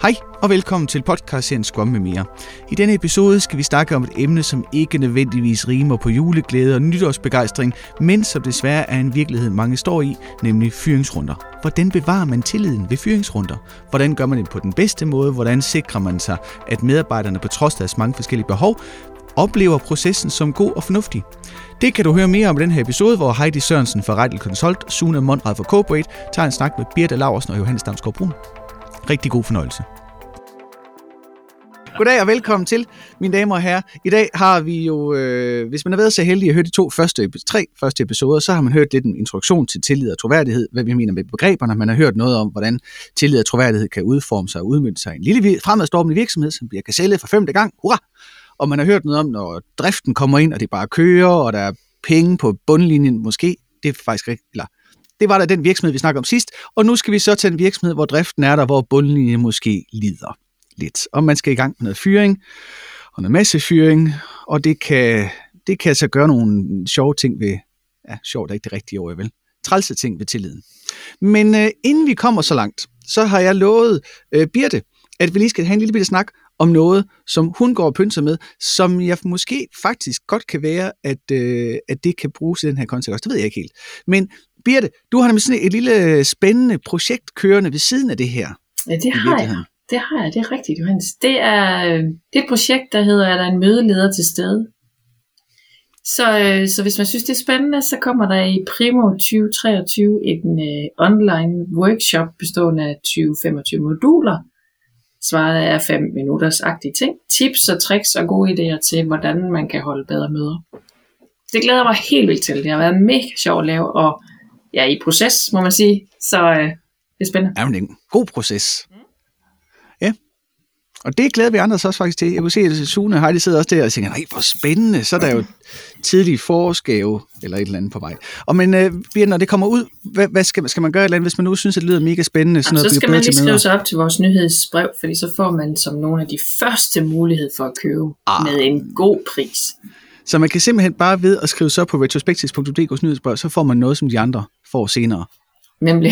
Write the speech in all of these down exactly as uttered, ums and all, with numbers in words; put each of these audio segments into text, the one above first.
Hej og velkommen til podcastserien Scrum med mere. I denne episode skal vi snakke om et emne, som ikke nødvendigvis rimer på juleglæde og nytårsbegejstring, men som desværre er en virkelighed, mange står i, nemlig fyringsrunder. Hvordan bevarer man tilliden ved fyringsrunder? Hvordan gør man det på den bedste måde? Hvordan sikrer man sig, at medarbejderne på trods af deres mange forskellige behov, oplever processen som god og fornuftig? Det kan du høre mere om i den her episode, hvor Heidi Sørensen fra Reitel Consult, Sune Monrad fra Corporate tager en snak med Birte Laursen og Johannes Damsgaard Brun. Rigtig god fornøjelse. Goddag og velkommen til, mine damer og herrer. I dag har vi jo, øh, hvis man har været så heldig at høre de to første, tre første episoder, så har man hørt lidt en introduktion til tillid og troværdighed, hvad vi mener med begreberne. Man har hørt noget om, hvordan tillid og troværdighed kan udforme sig og udmønte sig i en lille fremadstormende virksomhed, som bliver kan sælge for femte gang. Hurra! Og man har hørt noget om, når driften kommer ind, og det bare kører, og der er penge på bundlinjen måske. Det er faktisk rigtigt, eller det var da den virksomhed, vi snakkede om sidst. Og nu skal vi så til en virksomhed, hvor driften er der, hvor bundlinjen måske lider lidt. Og man skal i gang med noget fyring, og noget masse fyring, og det kan, det kan altså gøre nogle sjove ting ved, ja, sjovt er ikke det rigtige ord, vel? Trælse ting ved tilliden. Men øh, inden vi kommer så langt, så har jeg lovet øh, Birte, at vi lige skal have en lille bitte snak om noget, som hun går og pynser med, som jeg måske faktisk godt kan være, at, øh, at det kan bruges i den her kontekst også. Det ved jeg ikke helt. Men Birte, du har nemlig sådan et lille spændende projekt kørende ved siden af det her. Ja, det har jeg. Det har jeg, det er rigtigt, Johannes. Det er, det er et projekt, der hedder, er der en mødeleder til stede. Så, så hvis man synes, det er spændende, så kommer der i primo tyve treogtyve en uh, online workshop bestående af tyve til femogtyve moduler. Svaret er fem minutters agtige ting, tips og tricks og gode idéer til, hvordan man kan holde bedre møder. Det glæder mig helt vildt til. Det har været mega sjovt at lave, og ja, i proces, må man sige. Så uh, det er spændende. Ja, men det er en god proces. Ja, og det glæder vi andre så også faktisk til. Jeg kunne se, at Sune og Heidi sidder også der og tænker, nej, hvor spændende, så er der jo tidlig forårsgave eller et eller andet på vej. Og men, øh, når det kommer ud, hvad, hvad skal, skal man gøre et eller andet, hvis man nu synes, at det lyder mega spændende? Sådan Jamen, noget, så skal man lige skrive sig op til vores nyhedsbrev, fordi så får man som nogle af de første mulighed for at købe ah. med en god pris. Så man kan simpelthen bare ved at skrive sig op på retrospectives punktum d k's nyhedsbrev, så får man noget, som de andre får senere. Nemlig.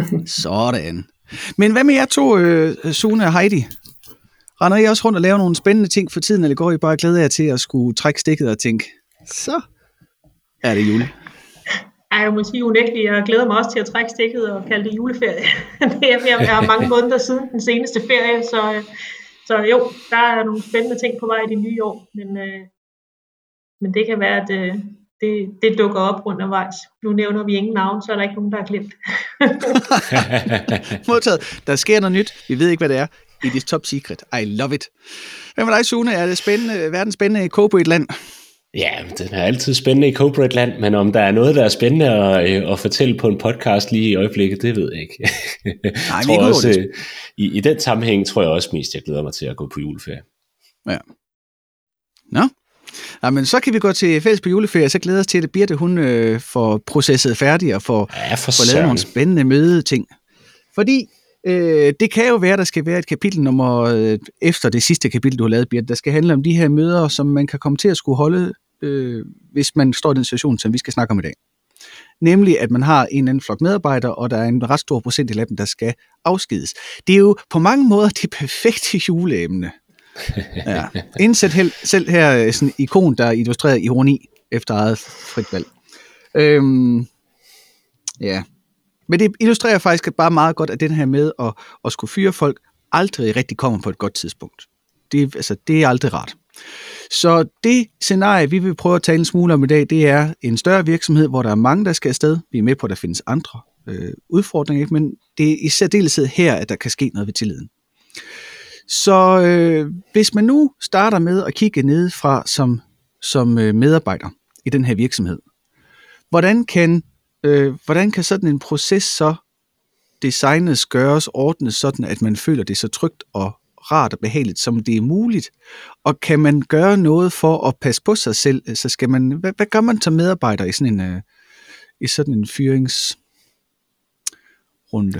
Sådan. Men hvad med jer to, øh, Sune og Heidi? Render I også rundt og laver nogle spændende ting for tiden, eller går I bare glæder jer til at skulle trække stikket og tænke, så er det jule? Jeg må sige unægteligt, jeg glæder mig også til at trække stikket og kalde det juleferie. Det er ved at være mange måneder siden den seneste ferie, så, så jo, der er nogle spændende ting på vej i det nye år, men, øh, men det kan være, at øh, det, det dukker op undervejs. Nu nævner vi ingen navn, så er der ikke nogen, der har glemt. Modtaget. Der sker noget nyt. Vi ved ikke, hvad det er. It is top secret. I love it. Hvad med dig, Sune? Er det spændende, verden spændende i corporate-land? Ja, den er altid spændende i corporate-land, men om der er noget, der er spændende at, at fortælle på en podcast lige i øjeblikket, det ved jeg ikke. Nej, tror jeg også, i, I den sammenhæng tror jeg også mest, jeg glæder mig til at gå på juleferie. Ja. Nå. Ja, men så kan vi gå til fælles på juleferie, så glæder os til, at Birte, hun øh, får processet færdigt og får, ja, for får lavet nogle spændende mødeting. Fordi øh, det kan jo være, at der skal være et kapitel nummer øh, efter det sidste kapitel, du har lavet, Birte, der skal handle om de her møder, som man kan komme til at skulle holde, øh, hvis man står i den situation, som vi skal snakke om i dag. Nemlig, at man har en eller anden flok medarbejdere, og der er en ret stor procentdel af dem, der skal afskedes. Det er jo på mange måder det perfekte juleemne. Ja. Indsæt held, selv her sådan en ikon, der er illustreret ironi efter eget frit valg. Øhm, ja. Men det illustrerer faktisk bare meget godt, at den her med at, at skulle fyre folk aldrig rigtig kommer på et godt tidspunkt. Det, altså, det er aldrig rart. Så det scenarie, vi vil prøve at tale en smule om i dag, det er en større virksomhed, hvor der er mange, der skal afsted. Vi er med på, at der findes andre øh, udfordringer, ikke? Men det er i særdeleshed her, at der kan ske noget ved tilliden. Så øh, hvis man nu starter med at kigge nedefra som, som øh, medarbejder i den her virksomhed, hvordan kan, øh, hvordan kan sådan en proces så designes, gøres, ordnes sådan, at man føler det så trygt og rart og behageligt, som det er muligt? Og kan man gøre noget for at passe på sig selv? Så skal man, hvad, hvad gør man som medarbejder i sådan en, øh, i sådan en fyringsrunde?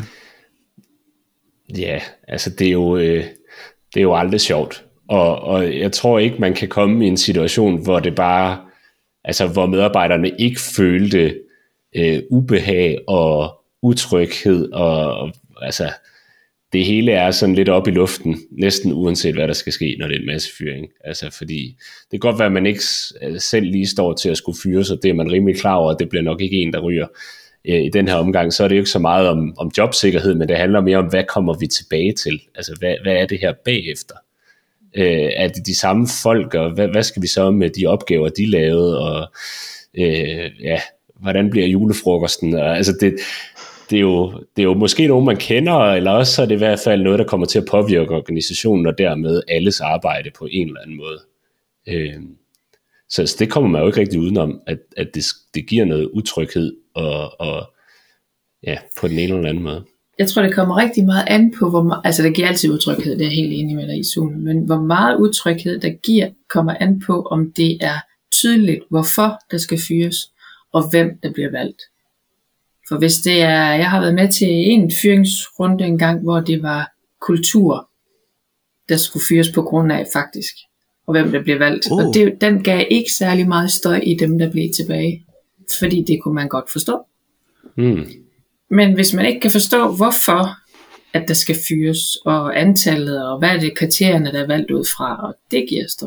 Ja, altså det er jo... Øh Det er jo aldrig sjovt, og, og jeg tror ikke, man kan komme i en situation, hvor det bare, altså hvor medarbejderne ikke følte øh, ubehag og utryghed, og, og altså det hele er sådan lidt op i luften, næsten uanset hvad der skal ske, når det er en masse fyring. Altså fordi, det kan godt være, at man ikke selv lige står til at skulle fyre sig, det er man rimelig klar over, at det bliver nok ikke en, der ryger i den her omgang. Så er det jo ikke så meget om, om jobsikkerhed, men det handler mere om, hvad kommer vi tilbage til? Altså hvad, hvad er det her bagefter? Øh, er det de samme folk, og hvad, hvad skal vi så med de opgaver, de lavede, og øh, ja, hvordan bliver julefrokosten? Og, altså det, det, er jo, det er jo måske nogen, man kender, eller også er det i hvert fald noget, der kommer til at påvirke organisationen, og dermed alles arbejde på en eller anden måde. Øh, så, så det kommer man jo ikke rigtig udenom, at, at det, det giver noget utryghed, og, og ja, på den ene eller anden måde. Jeg tror, det kommer rigtig meget an på, hvor meget, altså det giver altid utryghed, det er jeg helt enig med dig i, Sune, men hvor meget utryghed der giver, kommer an på, om det er tydeligt, hvorfor der skal fyres, og hvem der bliver valgt. For hvis det er, jeg har været med til en fyringsrunde engang, hvor det var kultur, der skulle fyres på grund af faktisk, og hvem der bliver valgt. Oh. Og det, den gav ikke særlig meget støj i dem, der blev tilbage, fordi det kunne man godt forstå. Mm. Men hvis man ikke kan forstå, hvorfor at der skal fyres, og antallet, og hvad er det kriterierne, der er valgt ud fra, og det giver støj.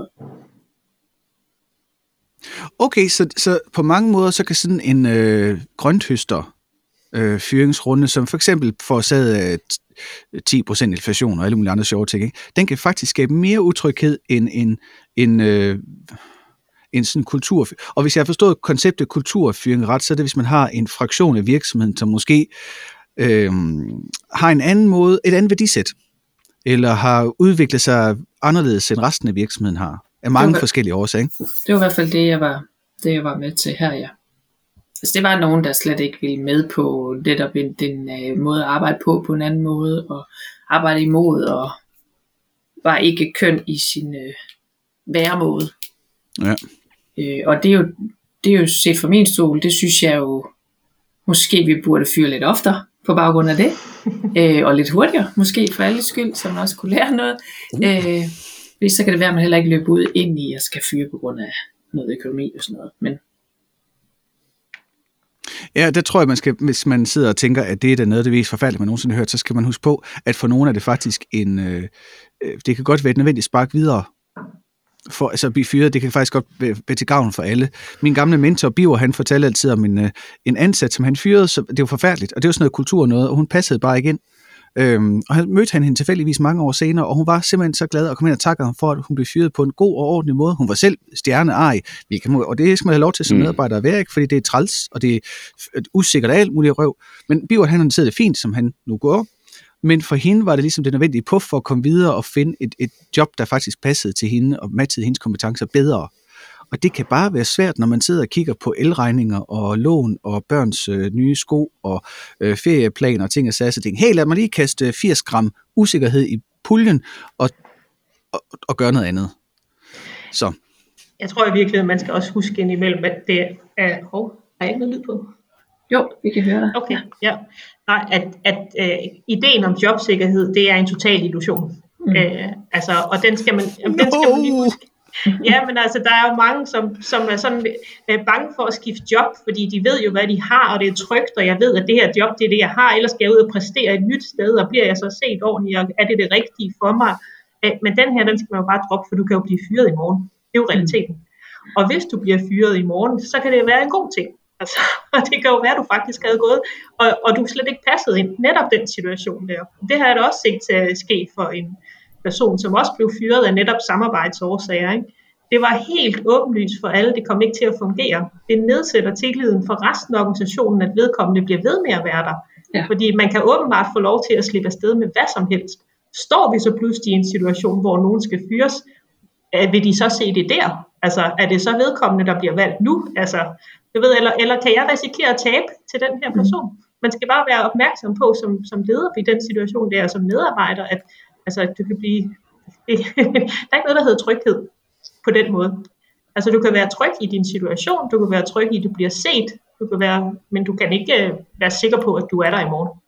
Okay, så, så på mange måder, så kan sådan en øh, grønthøster øh, fyringsrunde, som for eksempel forårsaget øh, ti procent inflation og alle mulige andre sjove ting, ikke? Den kan faktisk skabe mere utryghed end en, en, øh, en sådan kultur. Og hvis jeg har forstået konceptet kulturfyring ret, så er det, hvis man har en fraktion af virksomheden, som måske øh, har en anden måde, et andet værdisæt, eller har udviklet sig anderledes end resten af virksomheden har, af mange var, forskellige årsager. Det var i hvert fald det, jeg var, det, jeg var med til her, ja. Altså, det var nogen, der slet ikke ville med på det, der den, den uh, måde at arbejde på, på en anden måde, og arbejde imod, og var ikke køn i sin uh, væremåde. Ja. Uh, og det er, jo, det er jo set fra min stol, det synes jeg jo, måske vi burde fyre lidt oftere på baggrund af det, uh, og lidt hurtigere, måske for alles skyld, så man også kunne lære noget. Uh, Fordi så kan det være, at man heller ikke løber ud ind i, at skal fyre på grund af noget økonomi og sådan noget. Men ja, der tror jeg, man skal, hvis man sidder og tænker, at det er noget af det mest forfærdelige, man nogensinde har hørt, så skal man huske på, at for nogen er det faktisk en, øh, det kan godt være et nødvendigt spark videre, for altså at blive fyret, det kan faktisk godt være, være til gavn for alle. Min gamle mentor, Biver, han fortalte altid om en, øh, en ansat, som han fyrede, så det var forfærdeligt, og det var sådan noget kultur og noget, og hun passede bare ikke ind. Øhm, og han mødte han hende tilfældigvis mange år senere, og hun var simpelthen så glad og kom ind og takkede ham for, at hun blev fyret på en god og ordentlig måde. Hun var selv stjerneej, og det skal man have lov til som medarbejder at være, ikke? Fordi det er træls, og det er usikkert af alt muligt røv. Men Bivert, han havde det fint, som han nu går. Men for hende var det ligesom det nødvendige puff for at komme videre og finde et, et job, der faktisk passede til hende og matchede hendes kompetencer bedre. Og det kan bare være svært, når man sidder og kigger på elregninger og lån og børns øh, nye sko og øh, ferieplaner og ting og sager. Så ting. Hey, lad mig lige kaste firs gram usikkerhed i puljen og, og, og gøre noget andet. Så. Jeg tror i virkeligheden, man skal også huske indimellem, at det er... Hov, har jeg ikke noget lyd på? Jo, vi kan høre dig. Okay, ja. Nej, at, at øh, ideen om jobsikkerhed, det er en total illusion. Mm. Øh, altså, og den skal man, jamen, den skal man lige huske. Ja, men altså, der er jo mange, som, som er sådan øh, bange for at skifte job, fordi de ved jo, hvad de har, og det er trygt, og jeg ved, at det her job, det er det, jeg har, ellers skal jeg ud og præstere et nyt sted, og bliver jeg så set ordentligt, og er det det rigtige for mig? Øh, men den her, den skal man jo bare droppe, for du kan jo blive fyret i morgen. Det er jo realiteten. Og hvis du bliver fyret i morgen, så kan det være en god ting. Altså, og det kan jo være, at du faktisk havde gået, og, og du slet ikke passede ind. Netop den situation der. Det har jeg da også set uh, ske for en person, som også blev fyret af netop samarbejdsårsager. Ikke? Det var helt åbenlyst for alle, det kom ikke til at fungere. Det nedsætter tilliden for resten af organisationen, at vedkommende bliver ved med at være der. Ja. Fordi man kan åbenbart få lov til at slippe afsted med hvad som helst. Står vi så pludselig i en situation, hvor nogen skal fyres, vil de så se det der? Altså, er det så vedkommende, der bliver valgt nu? Altså, du ved, eller, eller kan jeg risikere at tabe til den her person? Man skal bare være opmærksom på, som, som leder i den situation der, som medarbejder, at, altså, at du kan blive... der er ikke noget, der hedder tryghed på den måde. Altså, du kan være tryg i din situation, du kan være tryg i, at du bliver set, du kan være, men du kan ikke være sikker på, at du er der i morgen.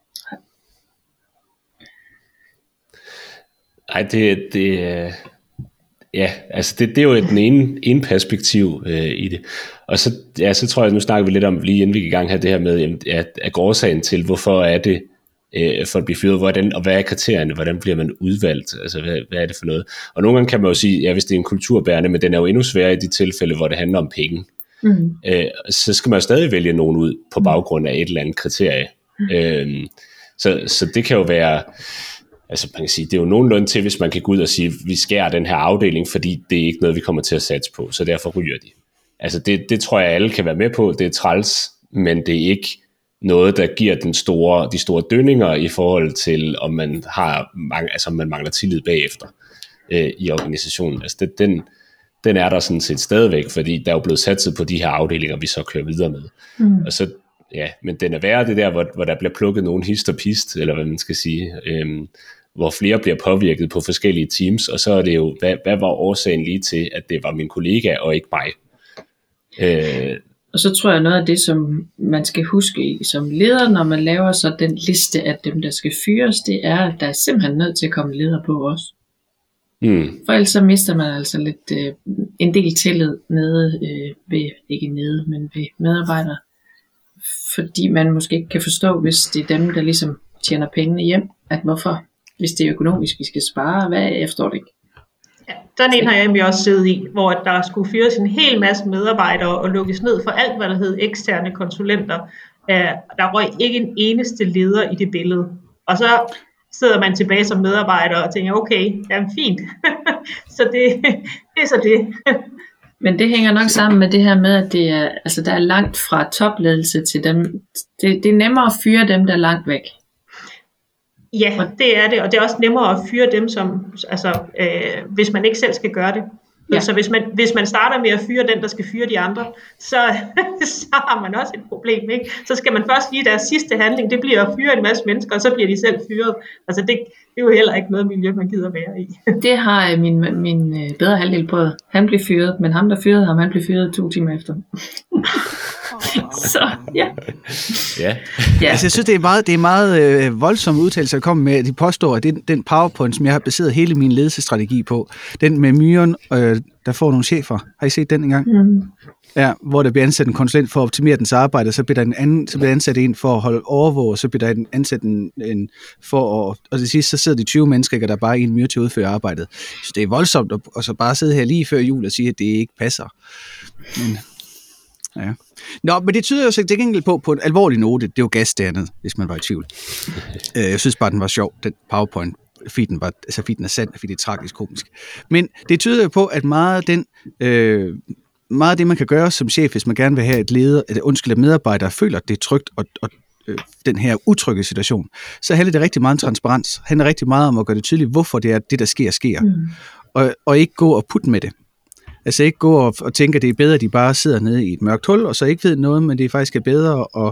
Ej, det... det Ja, altså det, det er jo den ene, ene perspektiv øh, i det. Og så, ja, så tror jeg, nu snakker vi lidt om, lige inden vi gik i gang her, det her med, at, at årsagen til, hvorfor er det, øh, for at blive fyret, hvordan, og hvad er kriterierne, hvordan bliver man udvalgt, altså hvad, hvad er det for noget? Og nogle gange kan man jo sige, ja, hvis det er en kulturbærende, men den er jo endnu sværere i de tilfælde, hvor det handler om penge. Mm. Øh, så skal man jo stadig vælge nogen ud på baggrund af et eller andet kriterie. Mm. Øh, så, så det kan jo være, altså man kan sige, det er jo nogenlunde til, hvis man kan gå ud og sige, vi skærer den her afdeling, fordi det er ikke noget, vi kommer til at satse på, så derfor ryger de. Altså det, det tror jeg, alle kan være med på, det er træls, men det er ikke noget, der giver den store, de store dønninger i forhold til, om man har mange, altså om man mangler tillid bagefter øh, i organisationen. Altså det, den, den er der sådan set stadigvæk, fordi der er jo blevet satset på de her afdelinger, vi så kører videre med. Mm. Og så, ja, men den er værre det der, hvor, hvor der bliver plukket nogen hist og pist, eller hvad man skal sige, øhm, hvor flere bliver påvirket på forskellige teams, og så er det jo, hvad, hvad var årsagen lige til, at det var min kollega og ikke mig? Øh, Og så tror jeg, noget af det, som man skal huske som leder, når man laver så den liste af dem, der skal fyres, det er, at der er simpelthen nødt til at komme leder på også. Mm. For ellers så mister man altså lidt øh, en del tillid nede øh, ved, ikke nede, men ved medarbejdere. Fordi man måske ikke kan forstå, hvis det er dem, der ligesom tjener pengene hjem, at hvorfor, hvis det er økonomisk, vi skal spare, hvad jeg forstår det ikke. Ja, sådan en har jeg nemlig også siddet i, hvor der skulle fyres en hel masse medarbejdere og lukkes ned for alt, hvad der hed eksterne konsulenter. Der røg ikke en eneste leder i det billede. Og så sidder man tilbage som medarbejder og tænker, okay, jamen fint. så det, det er så det. Men det hænger nok sammen med det her med, at det er, altså der er langt fra topledelse til dem. Det, det er nemmere at fyre dem, der er langt væk. Ja, det er det, og det er også nemmere at fyre dem, som, altså, øh, hvis man ikke selv skal gøre det. Ja. Så hvis man, hvis man starter med at fyre den, der skal fyre de andre, så, så har man også et problem, ikke? Så skal man først lige deres sidste handling, det bliver at fyre en masse mennesker, og så bliver de selv fyret. Altså det, det er jo heller ikke noget miljø, man gider være i. Det har min, min bedre halvdel prøvet. Han blev fyret, men ham, der fyrede ham, han blev fyret to timer efter. Så, ja. Ja. ja. Altså, jeg synes, det er meget, det er meget øh, voldsomme udtalelser, at komme med, at de påstår, at den, den PowerPoint, som jeg har baseret hele min ledelsesstrategi på, den med myren, øh, der får nogle chefer. Har I set den engang? Mm. Ja, hvor der bliver ansat en konsulent for at optimere dens arbejde, så bliver der en anden, så bliver der ansat en for at holde overvåg, så bliver der en ansat en, en for at, og det sidste, så sidder de tyve mennesker, der bare er en myre til at udføre arbejdet. Så det er voldsomt at, og så bare sidde her lige før jul og sige, at det ikke passer. Men ja. Nå, men det tyder jo så til gengæld på, på en alvorlig note, det er jo gas dernede, hvis man var i tvivl. Jeg synes bare, den var sjov, den PowerPoint, fordi den, var, altså, fordi den er sand, fordi det er tragisk komisk. Men det tyder jo på, at meget af den, øh, meget af det, man kan gøre som chef, hvis man gerne vil have et leder, et undskyld, medarbejder, føler, at det er trygt, og, og øh, den her utrygge situation, så handler det rigtig meget om transparens. Det handler rigtig meget om at gøre det tydeligt, hvorfor det er, det der sker, sker. Mm. Og, og ikke gå og putte med det. Altså ikke gå og, og tænke, at det er bedre, at de bare sidder nede i et mørkt hul, og så ikke ved noget, men det er faktisk bedre at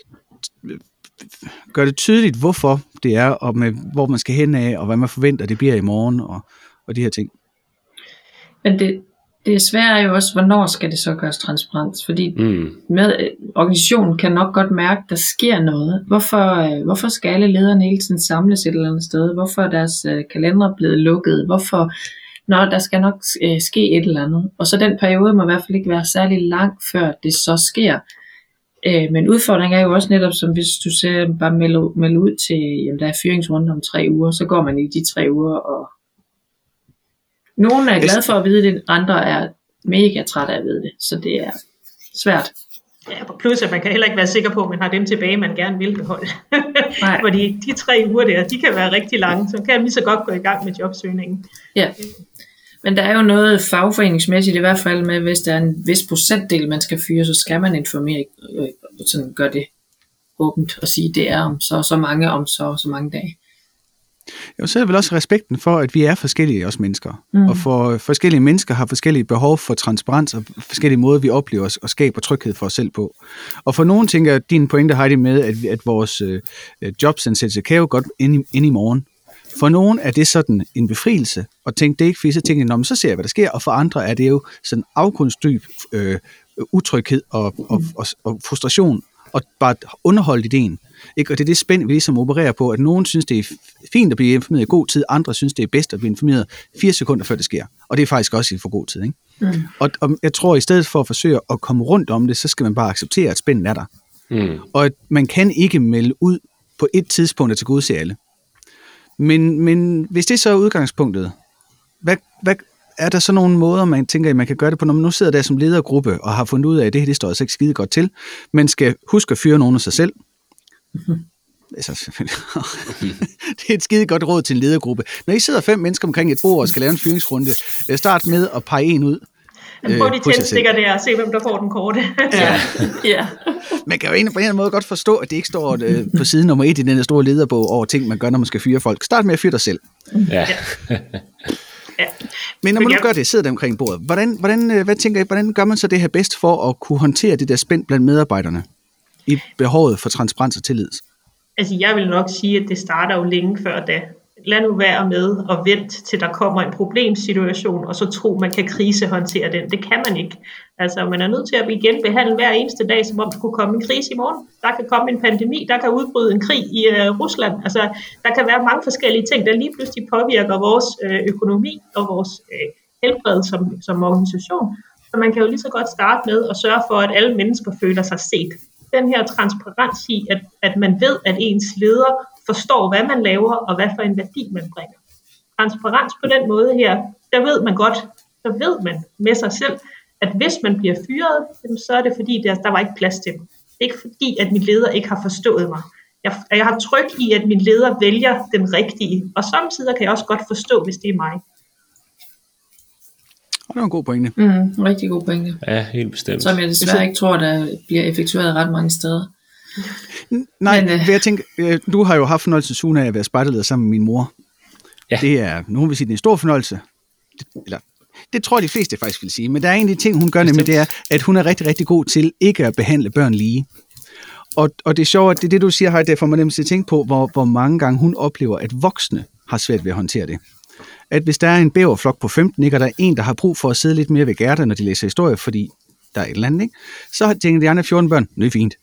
gøre det tydeligt, hvorfor det er, og med, hvor man skal hen af, og hvad man forventer, det bliver i morgen, og, og de her ting. Men det, det er svært jo også, hvornår skal det så gøres transparent? Fordi mm. med, organisationen kan nok godt mærke, at der sker noget. Hvorfor, hvorfor skal alle lederne hele tiden samles et eller andet sted? Hvorfor er deres kalendere blevet lukket? Hvorfor... Nå, der skal nok øh, ske et eller andet. Og så den periode må i hvert fald ikke være særlig lang, før det så sker. Øh, men udfordringen er jo også netop, som hvis du ser, bare melde, melde ud til, jamen der er fyringsrunde om tre uger, så går man i de tre uger, og nogen er glade for at vide det, andre er mega trætte af at vide det. Så det er svært. Ja, plus at man kan heller ikke være sikker på, at man har dem tilbage, man gerne vil beholde. Fordi de tre uger der, de kan være rigtig lange, så kan man lige så godt gå i gang med jobsøgningen. Ja, men der er jo noget fagforeningsmæssigt i hvert fald med, hvis der er en vis procentdel, man skal fyre, så skal man informere, øh, sådan gør det åbent og sige, det er om så så mange, om så så mange dage. Jo, så er vel også respekten for, at vi er forskellige os mennesker, mm. og for forskellige mennesker har forskellige behov for transparens og forskellige måder, vi oplever os og skaber tryghed for os selv på. Og for nogen tænker jeg, din pointe har det med, at, at vores øh, jobsansættelse kan jo godt ind i, ind i morgen. For nogen er det sådan en befrielse, og tænk, det er ikke fordi, så tænker jeg, så ser jeg, hvad der sker, og for andre er det jo sådan afgrundsdyb øh, utryghed og, og, og, og frustration, og bare underholde ideen. Ikke? Og det er det spænd, vi ligesom opererer på, at nogen synes, det er fint at blive informeret i god tid, andre synes, det er bedst at blive informeret fire sekunder før det sker. Og det er faktisk også i for god tid. Ikke? Mm. Og, og jeg tror, at i stedet for at forsøge at komme rundt om det, så skal man bare acceptere, at spænden er der. Mm. Og at man kan ikke melde ud på et tidspunkt at tilgodese alle. Men, men hvis det så er udgangspunktet, hvad, hvad er der så nogle måder, man tænker, at man kan gøre det på, når man nu sidder der som ledergruppe og har fundet ud af, at det her det står altså ikke skide godt til. Man skal huske at fyre nogen af sig selv. Mm-hmm. Altså, det er et skide godt råd til en ledergruppe. Når I sidder fem mennesker omkring et bord og skal lave en fyringsrunde, start med at pege en ud. Øh, Prøv de tændstikker der og se, hvem der får den korte. Ja. Ja. Man kan jo egentlig på en eller anden måde godt forstå, at det ikke står øh, på side nummer et i den store lederbog over ting, man gør, når man skal fyre folk. Start med at fyre dig selv. Ja. Ja. Men når man nu gør det, sidder der omkring bordet, hvordan, hvordan, hvad tænker I, hvordan gør man så det her bedst for at kunne håndtere det der spænd blandt medarbejderne i behovet for transparens og tillid? Altså jeg vil nok sige, at det starter jo længe før da. Lad nu være med at vente til der kommer en problemsituation, og så tro, man kan krisehåndtere den. Det kan man ikke. Altså man er nødt til at igen behandle hver eneste dag, som om der kunne komme en krise i morgen. Der kan komme en pandemi, der kan udbryde en krig i uh, Rusland. Altså der kan være mange forskellige ting, der lige pludselig påvirker vores øh, økonomi og vores øh, helbred som, som organisation. Så man kan jo lige så godt starte med at sørge for, at alle mennesker føler sig set. Den her transparens i, at, at man ved, at ens leder forstår, hvad man laver, og hvad for en værdi man bringer. Transparens på den måde her, der ved man godt, så ved man med sig selv, at hvis man bliver fyret, så er det fordi, der, der var ikke plads til dem. Det er ikke fordi, at min leder ikke har forstået mig. Jeg, jeg har tryk i, at min leder vælger den rigtige, og samtidig kan jeg også godt forstå, hvis det er mig. Det er en god pointe. Mm, rigtig god pointe. Ja, helt bestemt. Som jeg desværre ikke tror, der bliver effektueret ret mange steder. Nej, Men, øh... jeg tænker, du har jo haft fornøjelsen af at være spejderleder sammen med min mor. Ja. Det er, nogen vil sige, det er en stor fornøjelse. Det, eller, det tror jeg, de fleste faktisk vil sige. Men der er en af de ting, hun gør nemlig, det er, at hun er rigtig, rigtig god til ikke at behandle børn lige. Og, og det er sjovt, at det, det du siger her, det får mig nemlig til at tænke på, hvor, hvor mange gange hun oplever, at voksne har svært ved at håndtere det. At hvis der er en bæverflok på femten, ikke, og der er en, der har brug for at sidde lidt mere ved Gerda, når de læser historie, fordi der er et eller andet, ikke, så tænker de andre fjorten børn, det er fint.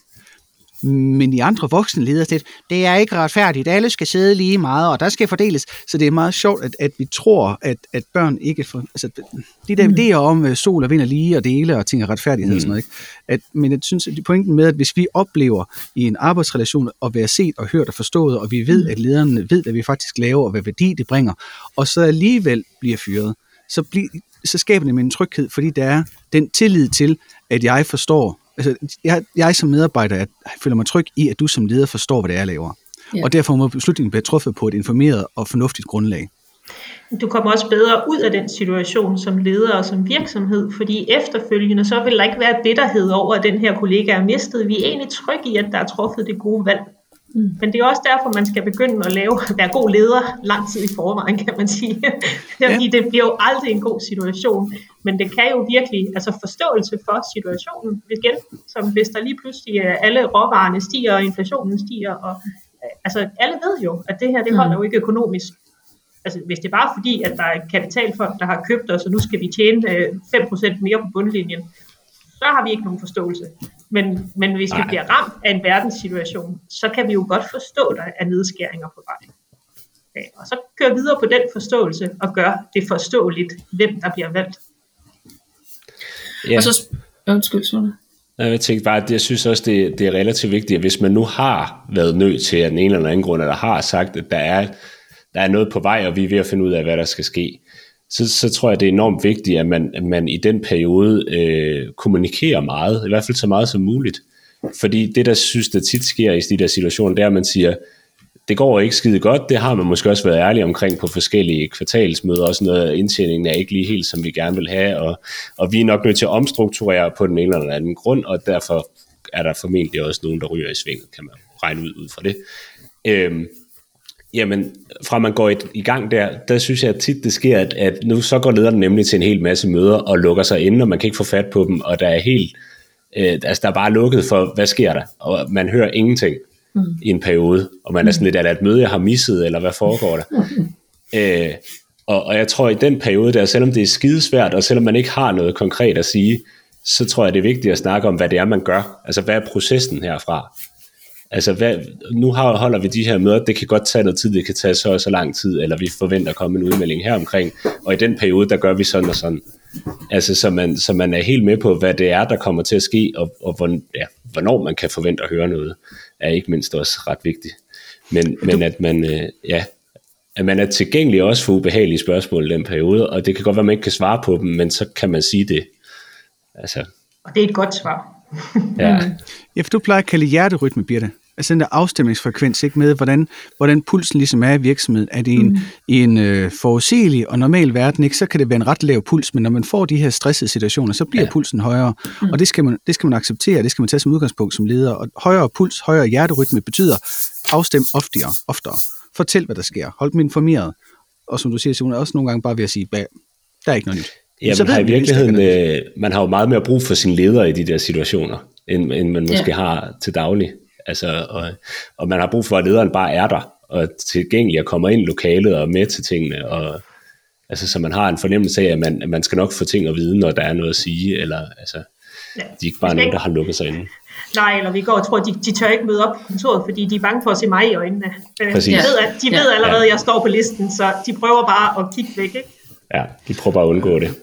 Men de andre voksne leder lidt, det er ikke retfærdigt, alle skal sidde lige meget, og der skal fordeles. Så det er meget sjovt, at, at vi tror, at, at børn ikke får, altså de der idéer om uh, sol og vind og lige og dele og ting af retfærdighed mm. og sådan noget, ikke? At, men jeg synes, at pointen med, at hvis vi oplever i en arbejdsrelation at være set og hørt og forstået, og vi ved, at lederne ved, hvad vi faktisk laver, og hvad værdi det bringer, og så alligevel bliver fyret, så, bliver, så skaber det med en tryghed, fordi der er den tillid til, at jeg forstår. Altså, jeg, jeg som medarbejder jeg føler mig tryg i, at du som leder forstår, hvad det er, jeg laver. Ja. Og derfor må beslutningen blive truffet på et informeret og fornuftigt grundlag. Du kommer også bedre ud af den situation som leder og som virksomhed, fordi efterfølgende så vil der ikke være bitterhed over, at den her kollega er mistet. Vi er egentlig trygge i, at der er truffet det gode valg. Mm. Men det er også derfor, man skal begynde at lave, være god leder lang tid i forvejen, kan man sige. Fordi ja. Det bliver jo aldrig en god situation. Men det kan jo virkelig, altså forståelse for situationen, igen, som hvis der lige pludselig alle råvarerne stiger, og inflationen stiger, og altså alle ved jo, at det her, det holder jo ikke økonomisk. Altså hvis det er bare fordi, at der er kapitalfolk, der har købt os, og nu skal vi tjene fem procent mere på bundlinjen, så har vi ikke nogen forståelse. Men, men hvis vi bliver ramt af en verdenssituation, så kan vi jo godt forstå, der er nedskæringer på vej. Okay, og så køre videre på den forståelse og gøre det forståeligt, hvem der bliver valgt. Ja. Og så undskyld, sådan. Jeg tænkte bare, at jeg synes også, det, det er relativt vigtigt, at hvis man nu har været nødt til at den ene eller anden grund, eller har sagt, at der er, der er noget på vej, og vi er ved at finde ud af, hvad der skal ske, så, så tror jeg, det er enormt vigtigt, at man, at man i den periode øh, kommunikerer meget, i hvert fald så meget som muligt. Fordi det, der synes, der tit sker i de der situationer, det er, at man siger, det går ikke skide godt, det har man måske også været ærlig omkring på forskellige kvartalsmøder, og sådan noget, indtjeningen er ikke lige helt, som vi gerne vil have, og, og vi er nok nødt til at omstrukturere på den ene eller anden grund, og derfor er der formentlig også nogen, der ryger i svinget, kan man regne ud, ud fra det. Øhm, Jamen, fra man går et, i gang der, der synes jeg at tit det sker, at, at nu så går lederen nemlig til en hel masse møder og lukker sig inde, og man kan ikke få fat på dem, og der er helt, øh, altså der er bare lukket for, hvad sker der? Og man hører ingenting mm. i en periode, og man er sådan lidt, er der et møde, jeg har misset, eller hvad foregår der? Mm. Øh, og, og jeg tror i den periode der, selvom det er skidesvært, og selvom man ikke har noget konkret at sige, så tror jeg det er vigtigt at snakke om, hvad det er, man gør. Altså, hvad er processen herfra? Altså, hvad, nu holder vi de her møder, det kan godt tage noget tid, det kan tage så og så lang tid, eller vi forventer at komme en udmelding her omkring, og i den periode, der gør vi sådan og sådan. Altså, så man, så man er helt med på, hvad det er, der kommer til at ske, og, og hvor, ja, hvornår man kan forvente at høre noget, er ikke mindst også ret vigtigt. Men, men at man, øh, ja, at man er tilgængelig også for ubehagelige spørgsmål i den periode, og det kan godt være, at man ikke kan svare på dem, men så kan man sige det. Altså. Og det er et godt svar. Ja. Ja, for du plejer at kalde hjerterytme, Birte. Altså den der afstemningsfrekvens, ikke, med, hvordan, hvordan pulsen ligesom er i virksomheden. Er det en, mm. i en øh, forudsigelig og normal verden, ikke, så kan det være en ret lav puls, men når man får de her stressede situationer, så bliver ja. pulsen højere. Mm. Og det skal, man, det skal man acceptere, det skal man tage som udgangspunkt som leder. Og højere puls, højere hjerterytme betyder afstem oftere, oftere. Fortæl, hvad der sker. Hold dem informeret. Og som du siger, Simon, også nogle gange bare ved at sige, der er ikke noget nyt. Ja, man har i virkeligheden, øh, man har jo meget mere brug for sine ledere i de der situationer, end, end man måske ja. har til daglig. Altså, og, og man har brug for, at lederen bare er der, og tilgængelig og kommer ind i lokalet og med til tingene, og, altså, så man har en fornemmelse af, at man, at man skal nok få ting at vide, når der er noget at sige, eller altså, ja. de er ikke bare nogen, der har lukket sig inde. Nej, eller vi går og tror, at de, de tør ikke møde op på kontoret, fordi de er bange for at se mig i øjnene. Præcis. De ved, at, de ved allerede, at jeg står på listen, så de prøver bare at kigge væk, ikke? Ja, de prøver bare at undgå det.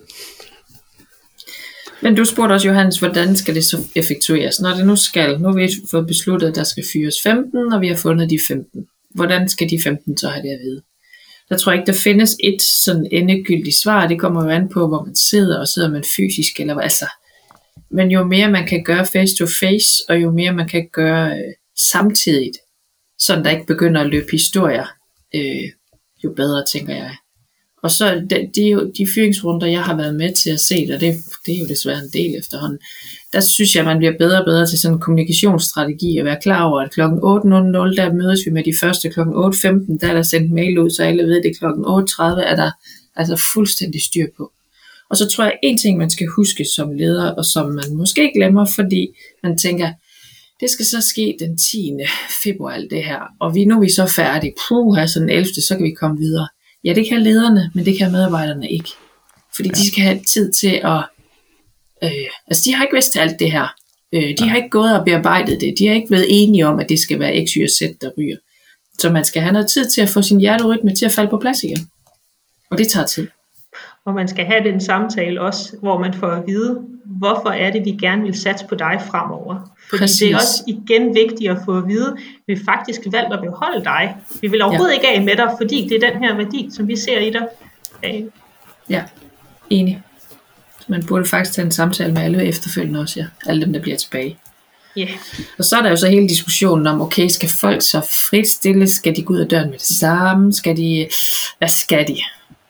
Men du spurgte også, Johannes, hvordan skal det så effektueres? Når det nu skal, nu har vi fået besluttet, at der skal fyres femten, og vi har fundet de femten. Hvordan skal de femten så have det at vide? Der tror jeg ikke, der findes et sådan endegyldigt svar. Det kommer jo an på, hvor man sidder, og sidder man fysisk, eller hvad altså. Men jo mere man kan gøre face to face, og jo mere man kan gøre øh, samtidigt, sådan der ikke begynder at løbe historier, øh, jo bedre, tænker jeg. Og så de, de, de fyringsrunder, jeg har været med til at se, og det, det er jo desværre en del efterhånden, der synes jeg, man bliver bedre og bedre til sådan en kommunikationsstrategi, at være klar over, at klokken otte nul nul, der mødes vi med de første, klokken otte femten, der er der sendt mail ud, så alle ved det, klokken otte tredive er der altså fuldstændig styr på. Og så tror jeg, en ting, man skal huske som leder, og som man måske glemmer, fordi man tænker, det skal så ske den tiende februar, det her, og vi, nu er vi så færdige, puh, her så den ellevte, så kan vi komme videre. Ja, det kan lederne, men det kan medarbejderne ikke. Fordi ja. de skal have tid til at... Øh, altså, de har ikke vidst alt det her. Øh, de ja. har ikke gået og bearbejdet det. De har ikke været enige om, at det skal være X, Y og Z, der ryger. Så man skal have noget tid til at få sin hjerterytme til at falde på plads igen. Og det tager tid. Og man skal have den samtale også, hvor man får at vide, hvorfor er det, vi gerne vil satse på dig fremover. Fordi Præcis. det er også igen vigtigt at få at vide, at vi faktisk valgt at beholde dig. Vi vil overhovedet ja. ikke af med dig, fordi det er den her værdi, som vi ser i dig. Okay. Ja, enig. Man burde faktisk tage en samtale med alle efterfølgende også, ja. Alle dem, der bliver tilbage. Yeah. Og så er der jo så hele diskussionen om, okay, skal folk så fritstille? Skal de gå ud af døren med det samme? Skal de... Hvad skal de?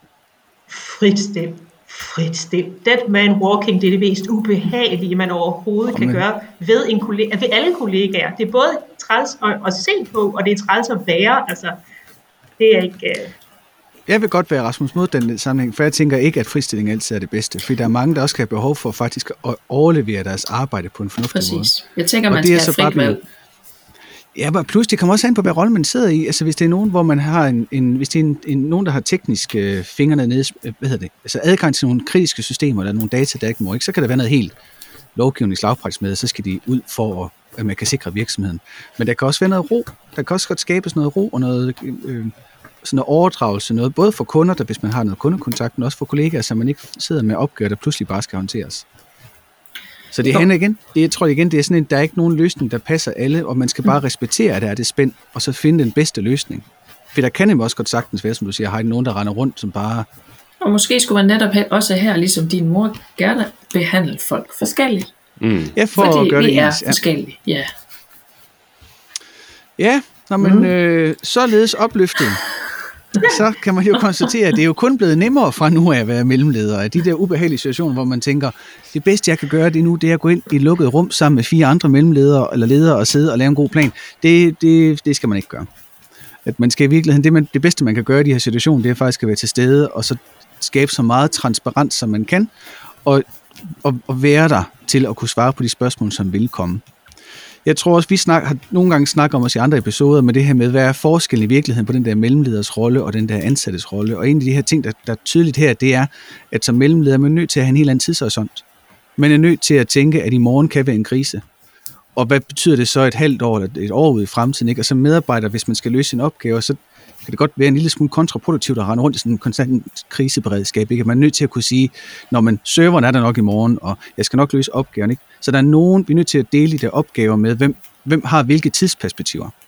Fritstil. Fritstil. Dead man walking, det er det mest ubehagelige, man overhovedet Amen. kan gøre ved, en kollega, ved alle kollegaer. Det er både træls at, at se på, og det er træls at være. Altså, det er ikke... Uh... Jeg vil godt være Rasmus mod den sammenhæng, for jeg tænker ikke, at fristilling altid er det bedste. For der er mange, der også kan have behov for faktisk at overlevere deres arbejde på en fornuftig Præcis. Mm. måde. Jeg tænker, man skal have frit valg. Ja, men plus det kommer også an på, hvad rolle man sidder i. Altså hvis det er nogen, hvor man har en, en hvis det er en, en, nogen, der har tekniske fingrene nede, hvad hedder det, altså adgang til nogle kritiske systemer, eller nogle data, der ikke må, ikke, så kan der være noget helt lovgivning slagpraktisk med, så skal de ud for, at man kan sikre virksomheden. Men der kan også være noget ro. Der kan også godt skabes noget ro og noget, øh, sådan noget overdragelse, noget både for kunder, der, hvis man har noget kundekontakt, men også for kollegaer, så man ikke sidder med opgaver, der pludselig bare skal håndteres. Så det handler igen, det, jeg tror igen, det er sådan en, der er ikke nogen løsning, der passer alle, og man skal bare respektere, at der er det spænd, og så finde den bedste løsning. For der kan jo også godt sagtens være, som du siger, har nogen, der render rundt, som bare... Og måske skulle man netop også her, ligesom din mor, gerne behandle folk forskelligt. Mm. Ja, for Fordi at gøre vi det er ens. Ja. forskellige, ja. Ja, når man mm. øh, således opløftet, så kan man jo konstatere, at det er jo kun blevet nemmere fra nu af at være mellemleder af de der ubehagelige situationer, hvor man tænker, det bedste jeg kan gøre det nu, det er at gå ind i et lukket rum sammen med fire andre mellemledere eller ledere og sidde og lave en god plan. Det, det, det skal man ikke gøre. At man skal i virkeligheden, det, man, det bedste man kan gøre i de her situationer, det er faktisk at være til stede og så skabe så meget transparens som man kan og, og, og være der til at kunne svare på de spørgsmål, som vil komme. Jeg tror også, vi snak, har nogle gange snakket om os i andre episoder med det her med, hvad er forskellen i virkeligheden på den der mellemleders rolle og den der ansattes rolle. Og en af de her ting, der, der er tydeligt her, det er, at som mellemleder er man nødt til at have en helt anden tidshorisont. Man er nødt til at tænke, at i morgen kan være en krise. Og hvad betyder det så et halvt år eller et år ude i fremtiden? Ikke? Og som medarbejder, hvis man skal løse en opgave, så kan det godt være en lille smule kontraproduktivt at rende rundt i sådan en konstant kriseberedskab. Ikke? Man er nødt til at kunne sige, når man serveren er der nok i morgen, og jeg skal nok løse opgaven. Ikke? Så der er nogen, vi er nødt til at dele de der opgaver med, hvem, hvem har hvilke tidsperspektiver.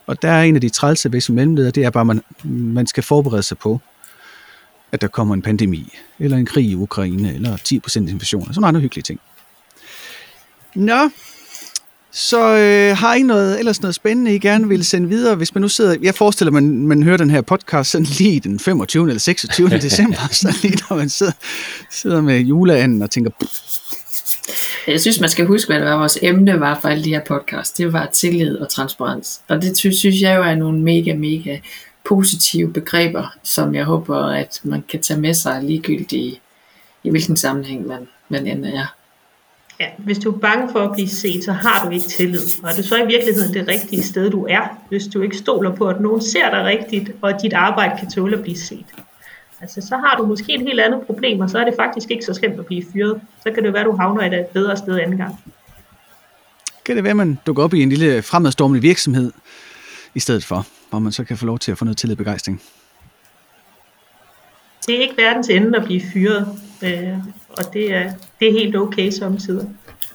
Og der er en af de trælse ved som mellemleder, det er bare, at man, man skal forberede sig på, at der kommer en pandemi, eller en krig i Ukraine, eller ti procent inflation, og sådan andre hyggelige ting. Nå, så øh, har I noget, ellers noget spændende, I gerne vil sende videre, hvis man nu sidder, jeg forestiller mig, man, man hører den her podcast sådan lige den femogtyvende eller seksogtyvende december, så lige når man sidder, sidder med juleanden og tænker... Jeg synes, man skal huske, hvad vores emne var for alle de her podcasts. Det var tillid og transparens. Og det synes jeg jo er nogle mega, mega positive begreber, som jeg håber, at man kan tage med sig ligegyldigt i, i hvilken sammenhæng man, man end er. Ja, hvis du er bange for at blive set, så har du ikke tillid. Og det er så i virkeligheden det rigtige sted, du er, hvis du ikke stoler på, at nogen ser dig rigtigt, og at dit arbejde kan tåle at blive set. Altså, så har du måske et helt andet problem, og så er det faktisk ikke så slemt at blive fyret. Så kan det være, at du havner et bedre sted anden gang. Kan det være, at man dukker op i en lille fremadstormende virksomhed i stedet for, hvor man så kan få lov til at få noget tillid og begejstring? Det er ikke verdens ende at blive fyret, øh, og det er, det er helt okay samtidig.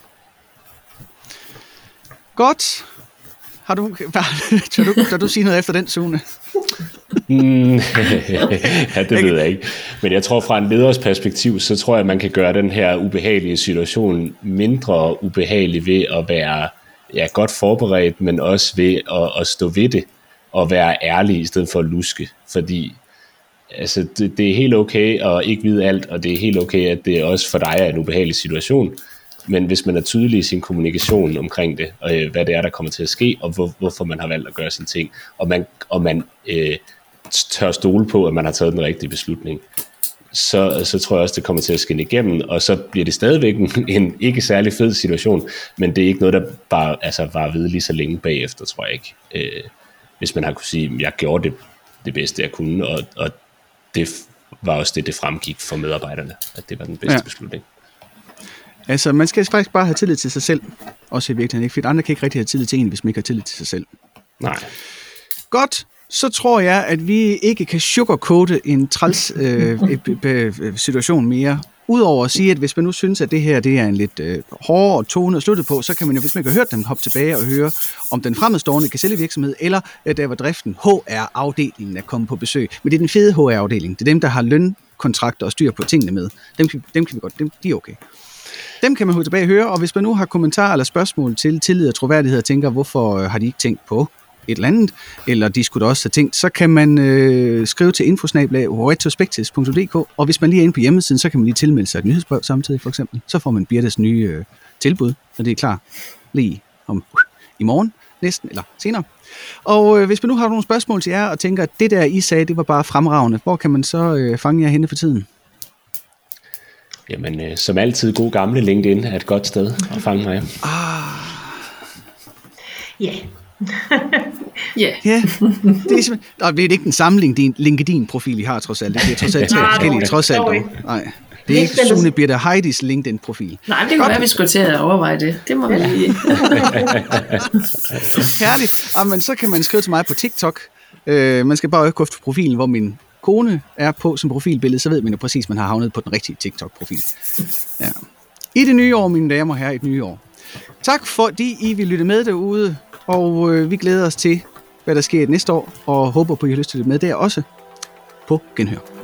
Godt. Har du, tør du, tør du sige noget efter den, Sune? mm, ja, det ved jeg ikke. Men jeg tror, fra en leders perspektiv, så tror jeg, at man kan gøre den her ubehagelige situation mindre ubehagelig ved at være ja, godt forberedt, men også ved at, at stå ved det og være ærlig i stedet for at luske. Fordi altså, det, det er helt okay at ikke vide alt, og det er helt okay, at det også for dig er en ubehagelig situation. Men hvis man er tydelig i sin kommunikation omkring det, og øh, hvad det er, der kommer til at ske, og hvor, hvorfor man har valgt at gøre sine ting, og man, og man øh, tør stole på, at man har taget den rigtige beslutning, så, så tror jeg også, det kommer til at skinne igennem, og så bliver det stadigvæk en, en ikke særlig fed situation, men det er ikke noget, der bare altså, var ved lige så længe bagefter, tror jeg ikke. Øh, hvis man har kunne sige, at jeg gjorde det, det bedste, jeg kunne, og, og det var også det, det fremgik for medarbejderne, at det var den bedste ja. beslutning. Altså, man skal faktisk bare have tillid til sig selv, også i virkeligheden, ikke? For andre kan ikke rigtig have tillid til en, hvis man ikke har tillid til sig selv. Nej. Godt, så tror jeg, at vi ikke kan sugarcoate en træls øh, situation mere. Udover at sige, at hvis man nu synes, at det her det er en lidt øh, hårdere tone at slutte på, så kan man jo, hvis man ikke har hørt dem, hoppe tilbage og høre om den fremadstormende gazellevirksomhed, eller øh, der var driften H R-afdelingen er kommet på besøg. Men det er den fede H R-afdeling. Det er dem, der har lønkontrakter og styr på tingene med. Dem, dem kan vi godt, dem, de er okay. Dem kan man gå tilbage og høre, og hvis man nu har kommentarer eller spørgsmål til tillid og troværdighed og tænker, hvorfor har de ikke tænkt på et eller andet, eller de skulle da også have tænkt, så kan man øh, skrive til infosnabel-a retrospectus punktum d k, og hvis man lige er inde på hjemmesiden, så kan man lige tilmelde sig et nyhedsbrev samtidig, for eksempel. Så får man Birtes nye øh, tilbud, når det er klar lige om øh, i morgen, næsten, eller senere. Og øh, hvis man nu har nogle spørgsmål til jer, og tænker, at det der, I sagde, det var bare fremragende, hvor kan man så øh, fange jer henne for tiden? Jamen, øh, som altid, god gamle LinkedIn er et godt sted at fange mig. Ah. Ja. Ja. Ja. Det er simpelthen... Nå, det er ikke den samme LinkedIn-profil, I har trods alt. Det er trods alt tre forskellige, trods alt. Nej. Det er ikke Sune Birte Heidis LinkedIn-profil. Nej, det kunne være, vi skulle til at overveje det. Det må vi lige. Herligt. Jamen, så kan man skrive til mig på TikTok. Uh, man skal bare gå efter profilen, hvor min kone er på som profilbillede, så ved man jo præcis, at man har havnet på den rigtige TikTok-profil. Ja. I det nye år, mine damer og herrer, i det nye år. Tak fordi I vil lytte med derude, og øh, vi glæder os til, hvad der sker næste år, og håber på, at I har lyst til at lytte med der også. På genhør.